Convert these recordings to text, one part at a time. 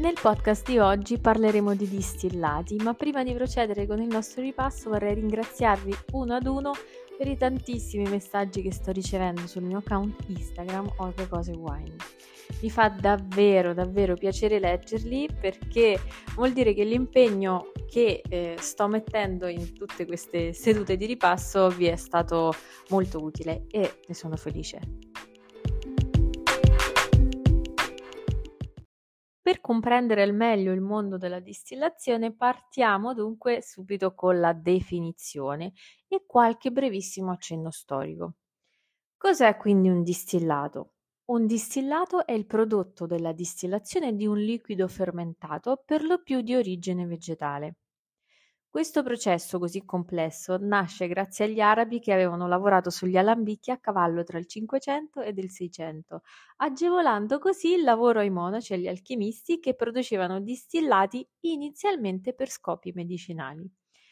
Nel podcast di oggi parleremo di distillati, ma prima di procedere con il nostro ripasso vorrei ringraziarvi uno ad uno per i tantissimi messaggi che sto ricevendo sul mio account Instagram Oltre Cose Wine. Mi fa davvero piacere leggerli, perché vuol dire che l'impegno che sto mettendo in tutte queste sedute di ripasso vi è stato molto utile e ne sono felice. Per comprendere al meglio il mondo della distillazione partiamo dunque subito con la definizione e qualche brevissimo accenno storico. Cos'è quindi un distillato? Un distillato è il prodotto della distillazione di un liquido fermentato, per lo più di origine vegetale. Questo processo così complesso nasce grazie agli arabi che avevano lavorato sugli alambicchi a cavallo tra il 500 ed il 600, agevolando così il lavoro ai monaci e agli alchimisti che producevano distillati inizialmente per scopi medicinali.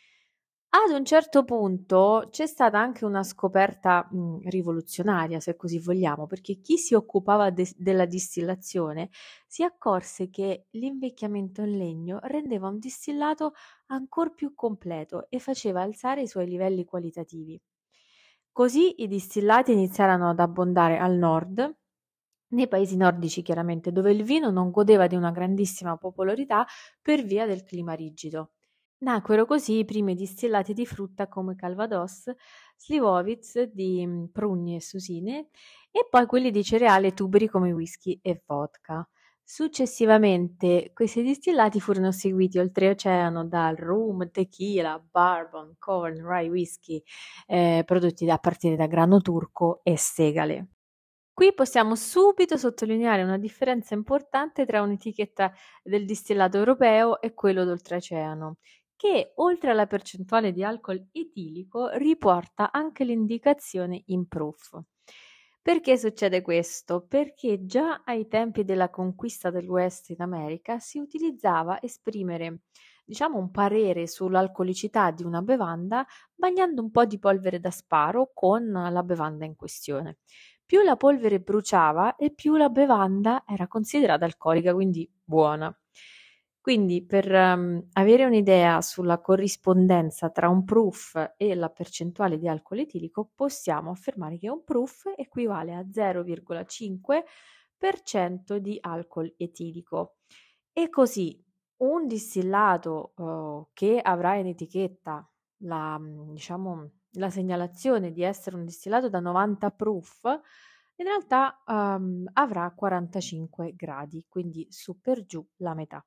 Ad un certo punto c'è stata anche una scoperta rivoluzionaria, se così vogliamo, perché chi si occupava della distillazione si accorse che l'invecchiamento in legno rendeva un distillato ancor più completo e faceva alzare i suoi livelli qualitativi. Così i distillati iniziarono ad abbondare al nord, nei paesi nordici chiaramente, dove il vino non godeva di una grandissima popolarità per via del clima rigido. Nacquero così i primi distillati di frutta come Calvados, Slivovitz di prugne e susine, e poi quelli di cereali e tuberi come whisky e vodka. Successivamente questi distillati furono seguiti oltreoceano dal rum, tequila, bourbon, corn, rye whisky, prodotti a partire da grano turco e segale. Qui possiamo subito sottolineare una differenza importante tra un'etichetta del distillato europeo e quello d'oltreoceano, che oltre alla percentuale di alcol etilico riporta anche l'indicazione in proof. Perché succede questo? Perché già ai tempi della conquista del West in America si utilizzava esprimere, un parere sull'alcolicità di una bevanda bagnando un po' di polvere da sparo con la bevanda in questione. Più la polvere bruciava e più la bevanda era considerata alcolica, quindi buona. Quindi per avere un'idea sulla corrispondenza tra un proof e la percentuale di alcol etilico, possiamo affermare che un proof equivale a 0,5% di alcol etilico. E così un distillato che avrà in etichetta la segnalazione di essere un distillato da 90 proof, in realtà avrà 45 gradi, quindi su per giù la metà.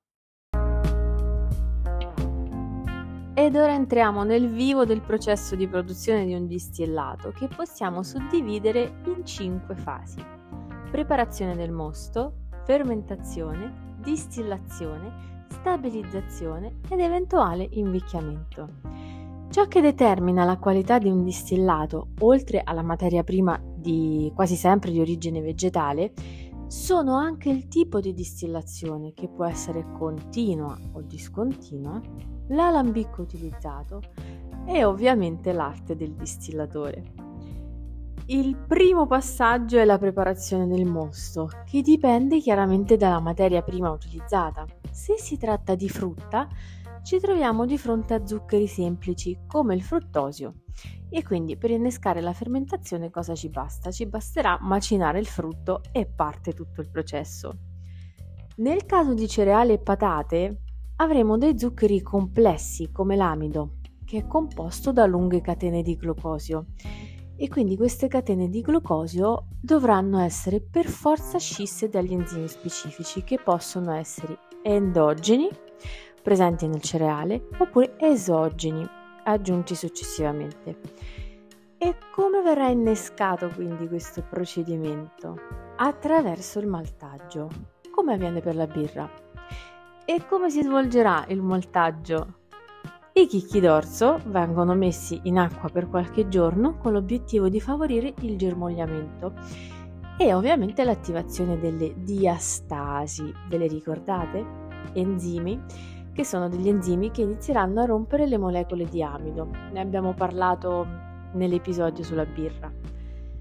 Ed ora entriamo nel vivo del processo di produzione di un distillato, che possiamo suddividere in 5 fasi: preparazione del mosto, fermentazione, distillazione, stabilizzazione ed eventuale invecchiamento. Ciò che determina la qualità di un distillato, oltre alla materia prima quasi sempre di origine vegetale, sono anche il tipo di distillazione, che può essere continua o discontinua, l'alambicco utilizzato e ovviamente l'arte del distillatore. Il primo passaggio è la preparazione del mosto, che dipende chiaramente dalla materia prima utilizzata. Se si tratta di frutta, ci troviamo di fronte a zuccheri semplici come il fruttosio, e quindi per innescare la fermentazione cosa ci basta? Ci basterà macinare il frutto e parte tutto il processo. Nel caso di cereali e patate avremo dei zuccheri complessi come l'amido, che è composto da lunghe catene di glucosio, e quindi queste catene di glucosio dovranno essere per forza scisse dagli enzimi specifici, che possono essere endogeni, presenti nel cereale, oppure esogeni, aggiunti successivamente. E come verrà innescato quindi questo procedimento? Attraverso il maltaggio, come avviene per la birra. E come si svolgerà il maltaggio? I chicchi d'orzo vengono messi in acqua per qualche giorno con l'obiettivo di favorire il germogliamento e ovviamente l'attivazione delle diastasi. Ve le ricordate? Enzimi, che sono degli enzimi che inizieranno a rompere le molecole di amido. Ne abbiamo parlato nell'episodio sulla birra.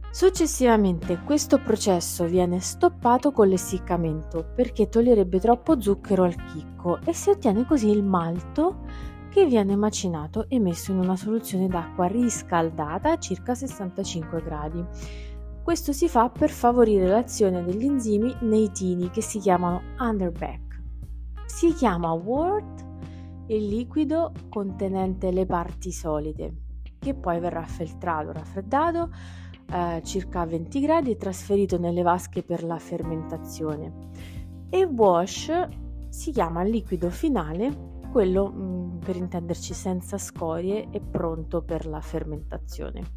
Successivamente questo processo viene stoppato con l'essiccamento perché toglierebbe troppo zucchero al chicco e si ottiene così il malto che viene macinato e messo in una soluzione d'acqua riscaldata a circa 65 gradi. Questo si fa per favorire l'azione degli enzimi nei tini che si chiamano underback. Si chiama wort il liquido contenente le parti solide, che poi verrà filtrato, raffreddato circa a 20 gradi e trasferito nelle vasche per la fermentazione. E wash si chiama il liquido finale, quello per intenderci senza scorie e pronto per la fermentazione.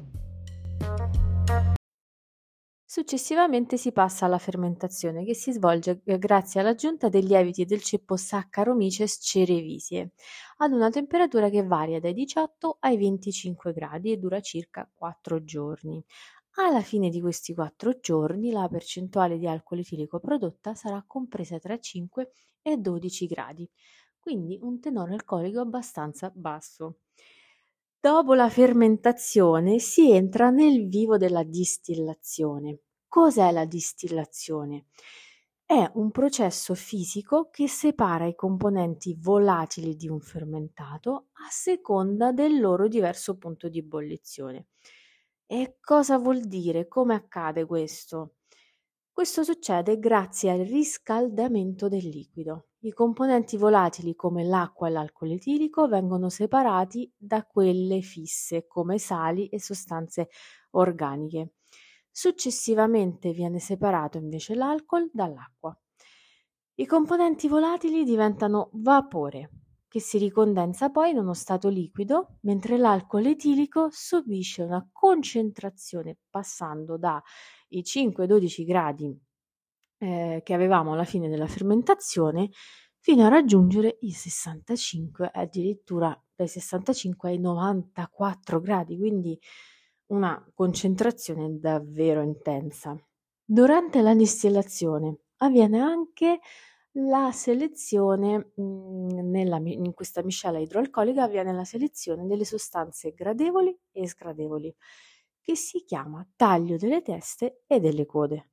Successivamente si passa alla fermentazione che si svolge grazie all'aggiunta dei lieviti del ceppo Saccharomyces cerevisiae ad una temperatura che varia dai 18 ai 25 gradi e dura circa 4 giorni. Alla fine di questi 4 giorni la percentuale di alcol etilico prodotta sarà compresa tra 5 e 12 gradi, quindi un tenore alcolico abbastanza basso. Dopo la fermentazione si entra nel vivo della distillazione. Cos'è la distillazione? È un processo fisico che separa i componenti volatili di un fermentato a seconda del loro diverso punto di ebollizione. E cosa vuol dire? Come accade questo? Questo succede grazie al riscaldamento del liquido. I componenti volatili come l'acqua e l'alcol etilico vengono separati da quelle fisse come sali e sostanze organiche. Successivamente viene separato invece l'alcol dall'acqua. I componenti volatili diventano vapore, che si ricondensa poi in uno stato liquido, mentre l'alcol etilico subisce una concentrazione passando dai 5-12 gradi che avevamo alla fine della fermentazione fino a raggiungere i 65, addirittura dai 65 ai 94 gradi, quindi una concentrazione davvero intensa. Durante la distillazione avviene anche la selezione, in questa miscela idroalcolica avviene la selezione delle sostanze gradevoli e sgradevoli, che si chiama taglio delle teste e delle code.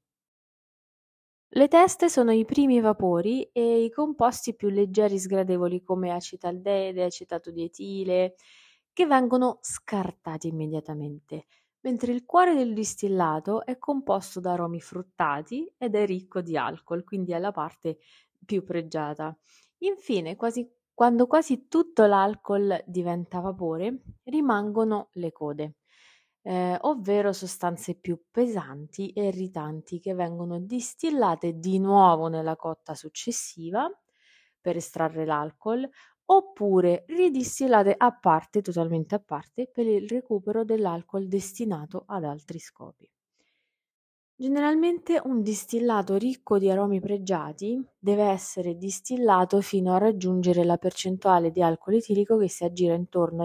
Le teste sono i primi vapori e i composti più leggeri sgradevoli come acetaldehide, acetato di etile, che vengono scartati immediatamente, mentre il cuore del distillato è composto da aromi fruttati ed è ricco di alcol, quindi è la parte più pregiata. Infine, quando quasi tutto l'alcol diventa vapore, rimangono le code, ovvero sostanze più pesanti e irritanti che vengono distillate di nuovo nella cotta successiva per estrarre l'alcol, oppure ridistillate a parte, totalmente a parte, per il recupero dell'alcol destinato ad altri scopi. Generalmente un distillato ricco di aromi pregiati deve essere distillato fino a raggiungere la percentuale di alcol etilico che si aggira intorno ai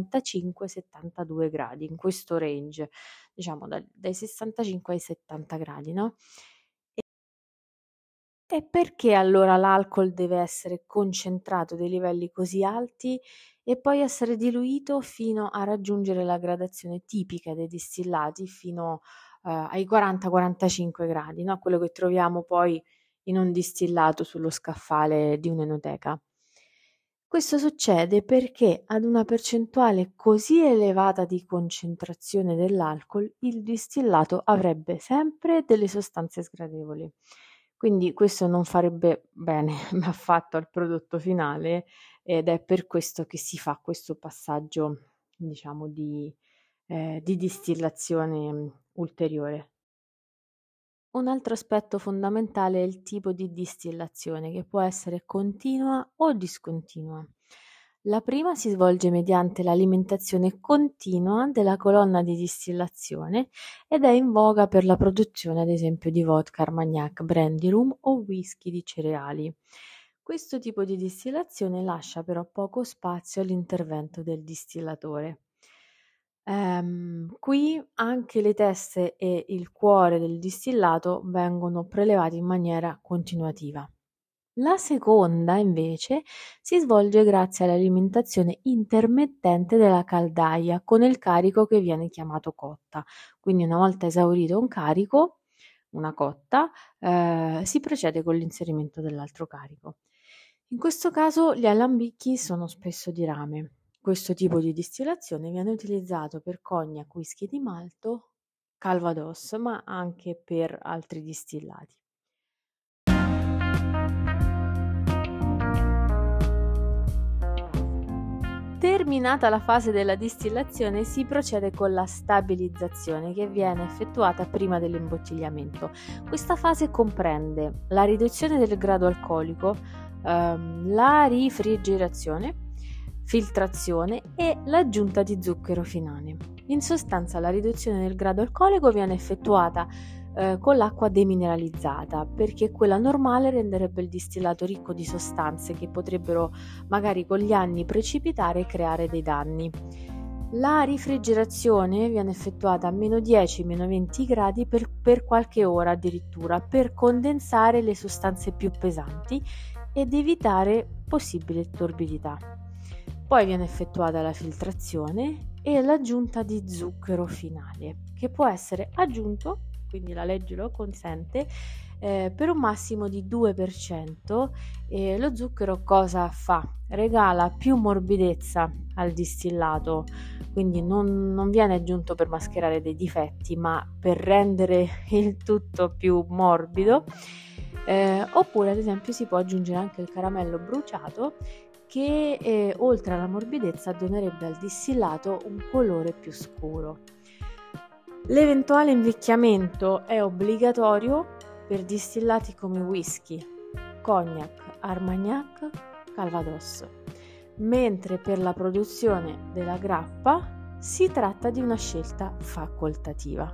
65-72 gradi, in questo range, diciamo dai 65 ai 70 gradi, no? E perché allora l'alcol deve essere concentrato a dei livelli così alti e poi essere diluito fino a raggiungere la gradazione tipica dei distillati fino, ai 40-45 gradi, no, quello che troviamo poi in un distillato sullo scaffale di un'enoteca. Questo succede perché ad una percentuale così elevata di concentrazione dell'alcol, il distillato avrebbe sempre delle sostanze sgradevoli. Quindi questo non farebbe bene affatto al prodotto finale ed è per questo che si fa questo passaggio, diciamo, di distillazione ulteriore. Un altro aspetto fondamentale è il tipo di distillazione, che può essere continua o discontinua. La prima si svolge mediante l'alimentazione continua della colonna di distillazione ed è in voga per la produzione, ad esempio, di vodka, armagnac, brandy, rum o whisky di cereali. Questo tipo di distillazione lascia però poco spazio all'intervento del distillatore. Qui anche le teste e il cuore del distillato vengono prelevati in maniera continuativa. La seconda, invece, si svolge grazie all'alimentazione intermittente della caldaia con il carico che viene chiamato cotta. Quindi una volta esaurito un carico, una cotta, si procede con l'inserimento dell'altro carico. In questo caso gli alambicchi sono spesso di rame. Questo tipo di distillazione viene utilizzato per cognac, whisky di malto, calvados, ma anche per altri distillati. Terminata la fase della distillazione si procede con la stabilizzazione che viene effettuata prima dell'imbottigliamento. Questa fase comprende la riduzione del grado alcolico, la rifrigerazione, filtrazione e l'aggiunta di zucchero finale. In sostanza la riduzione del grado alcolico viene effettuata con l'acqua demineralizzata, perché quella normale renderebbe il distillato ricco di sostanze che potrebbero magari con gli anni precipitare e creare dei danni. La rifrigerazione viene effettuata a meno 10, meno 20 gradi per qualche ora addirittura, per condensare le sostanze più pesanti ed evitare possibile torbidità. Poi viene effettuata la filtrazione e l'aggiunta di zucchero finale, che può essere aggiunto, quindi la legge lo consente, per un massimo di 2%. Lo zucchero cosa fa? Regala più morbidezza al distillato, quindi non viene aggiunto per mascherare dei difetti, ma per rendere il tutto più morbido. Oppure ad esempio si può aggiungere anche il caramello bruciato che oltre alla morbidezza donerebbe al distillato un colore più scuro. L'eventuale invecchiamento è obbligatorio per distillati come whisky, cognac, armagnac, calvados, mentre per la produzione della grappa si tratta di una scelta facoltativa.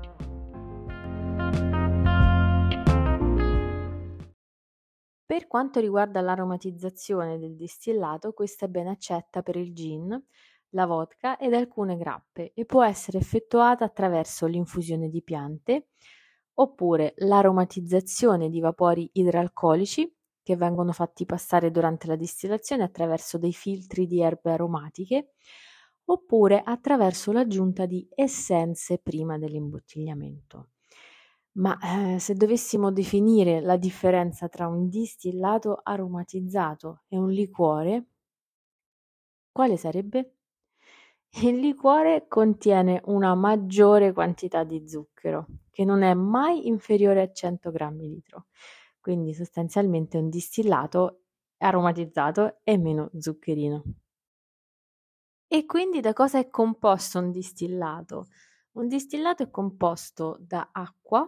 Per quanto riguarda l'aromatizzazione del distillato, questa è ben accetta per il gin, la vodka ed alcune grappe e può essere effettuata attraverso l'infusione di piante oppure l'aromatizzazione di vapori idralcolici che vengono fatti passare durante la distillazione attraverso dei filtri di erbe aromatiche oppure attraverso l'aggiunta di essenze prima dell'imbottigliamento. Ma se dovessimo definire la differenza tra un distillato aromatizzato e un liquore, quale sarebbe? Il liquore contiene una maggiore quantità di zucchero, che non è mai inferiore a 100 grammi litro. Quindi sostanzialmente un distillato aromatizzato è meno zuccherino. E quindi da cosa è composto un distillato? Un distillato è composto da acqua,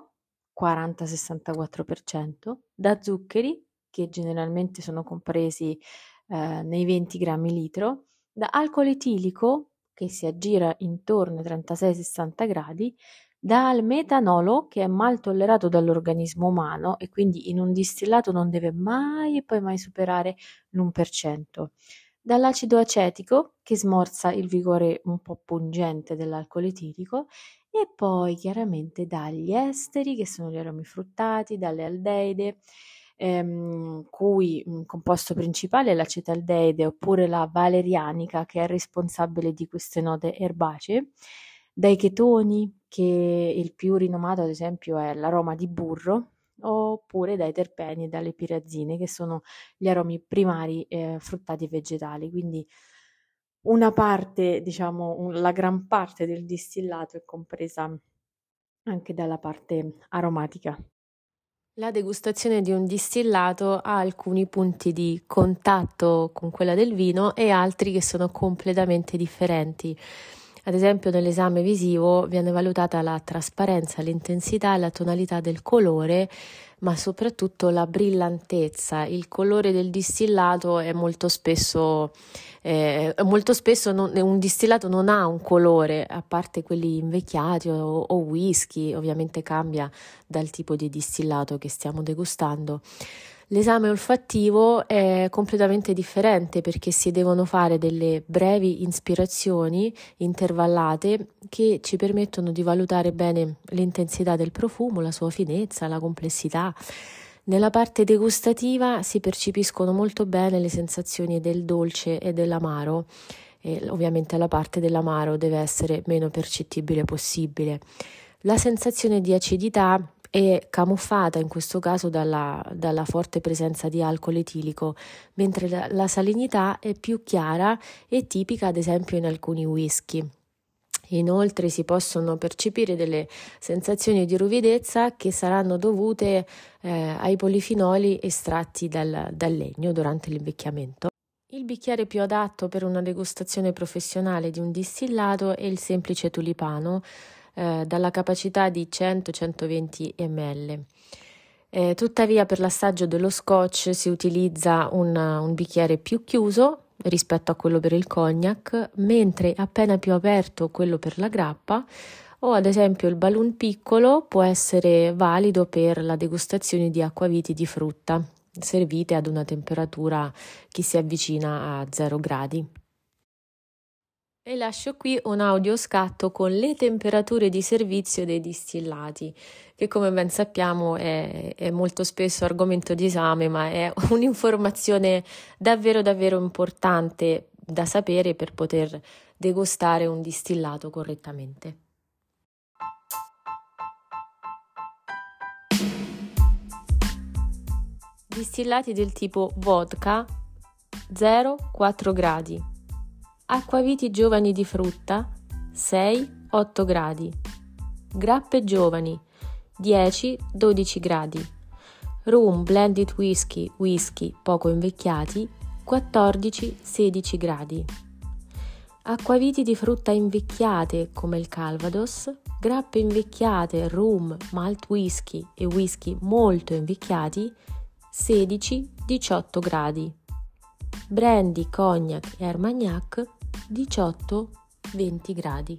40-64%, da zuccheri, che generalmente sono compresi nei 20 grammi litro, da alcol etilico, che si aggira intorno ai 36-60 gradi, dal metanolo, che è mal tollerato dall'organismo umano e quindi in un distillato non deve mai e poi mai superare l'1%, dall'acido acetico, che smorza il vigore un po' pungente dell'alcol etilico, e poi chiaramente dagli esteri, che sono gli aromi fruttati, dalle aldeide, cui composto principale è l'acetaldeide oppure la valerianica, che è responsabile di queste note erbacee, dai chetoni, che il più rinomato ad esempio è l'aroma di burro, oppure dai terpeni e dalle pirazzine, che sono gli aromi primari fruttati e vegetali. Quindi una parte, diciamo, la gran parte del distillato è compresa anche dalla parte aromatica. La degustazione di un distillato ha alcuni punti di contatto con quella del vino e altri che sono completamente differenti. Ad esempio, nell'esame visivo viene valutata la trasparenza, l'intensità e la tonalità del colore, ma soprattutto la brillantezza. Il colore del distillato è molto spesso un distillato non ha un colore, a parte quelli invecchiati o whisky, ovviamente cambia dal tipo di distillato che stiamo degustando. L'esame olfattivo è completamente differente perché si devono fare delle brevi ispirazioni intervallate che ci permettono di valutare bene l'intensità del profumo, la sua finezza, la complessità. Nella parte degustativa si percepiscono molto bene le sensazioni del dolce e dell'amaro, e ovviamente la parte dell'amaro deve essere meno percettibile possibile. La sensazione di acidità è camuffata in questo caso dalla forte presenza di alcol etilico, mentre la salinità è più chiara e tipica ad esempio in alcuni whisky. Inoltre si possono percepire delle sensazioni di ruvidezza che saranno dovute ai polifinoli estratti dal legno durante l'invecchiamento. Il bicchiere più adatto per una degustazione professionale di un distillato è il semplice tulipano, dalla capacità di 100-120 ml. Tuttavia per l'assaggio dello scotch si utilizza un bicchiere più chiuso rispetto a quello per il cognac, mentre appena più aperto quello per la grappa, o ad esempio il balloon piccolo può essere valido per la degustazione di acquaviti di frutta, servite ad una temperatura che si avvicina a 0 gradi. E lascio qui un audio scatto con le temperature di servizio dei distillati, che come ben sappiamo è molto spesso argomento di esame, ma è un'informazione davvero davvero importante da sapere per poter degustare un distillato correttamente. Distillati del tipo vodka 0-4 gradi. Acquaviti giovani di frutta 6-8 gradi, grappe giovani 10-12 gradi, rum blended whisky poco invecchiati 14-16 gradi, acquaviti di frutta invecchiate come il Calvados, grappe invecchiate, rum, malt whisky e whisky molto invecchiati 16-18 gradi, brandy, cognac e armagnac 18-20 gradi.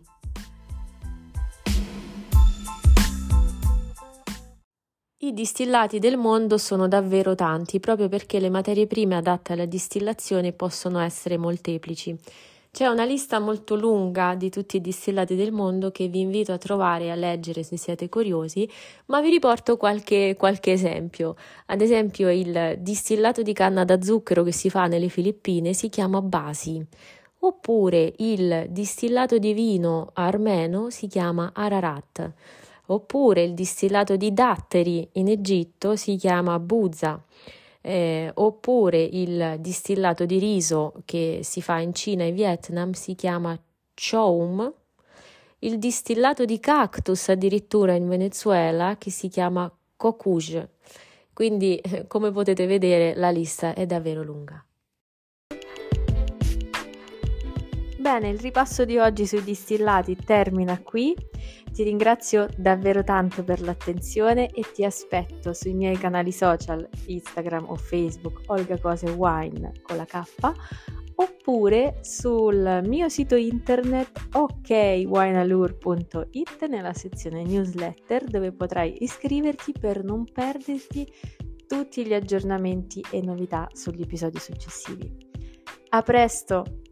I distillati del mondo sono davvero tanti, proprio perché le materie prime adatte alla distillazione possono essere molteplici. C'è una lista molto lunga di tutti i distillati del mondo che vi invito a trovare e a leggere se siete curiosi, ma vi riporto qualche esempio. Ad esempio il distillato di canna da zucchero che si fa nelle Filippine si chiama Basi. Oppure il distillato di vino armeno si chiama Ararat, oppure il distillato di datteri in Egitto si chiama Buza, oppure il distillato di riso che si fa in Cina e Vietnam si chiama Choum, il distillato di cactus addirittura in Venezuela che si chiama Kokuj. Quindi, come potete vedere, la lista è davvero lunga. Bene, il ripasso di oggi sui distillati termina qui. Ti ringrazio davvero tanto per l'attenzione e ti aspetto sui miei canali social, Instagram o Facebook, Olga Cose Wine con la K, oppure sul mio sito internet okwineallure.it nella sezione newsletter, dove potrai iscriverti per non perderti tutti gli aggiornamenti e novità sugli episodi successivi. A presto!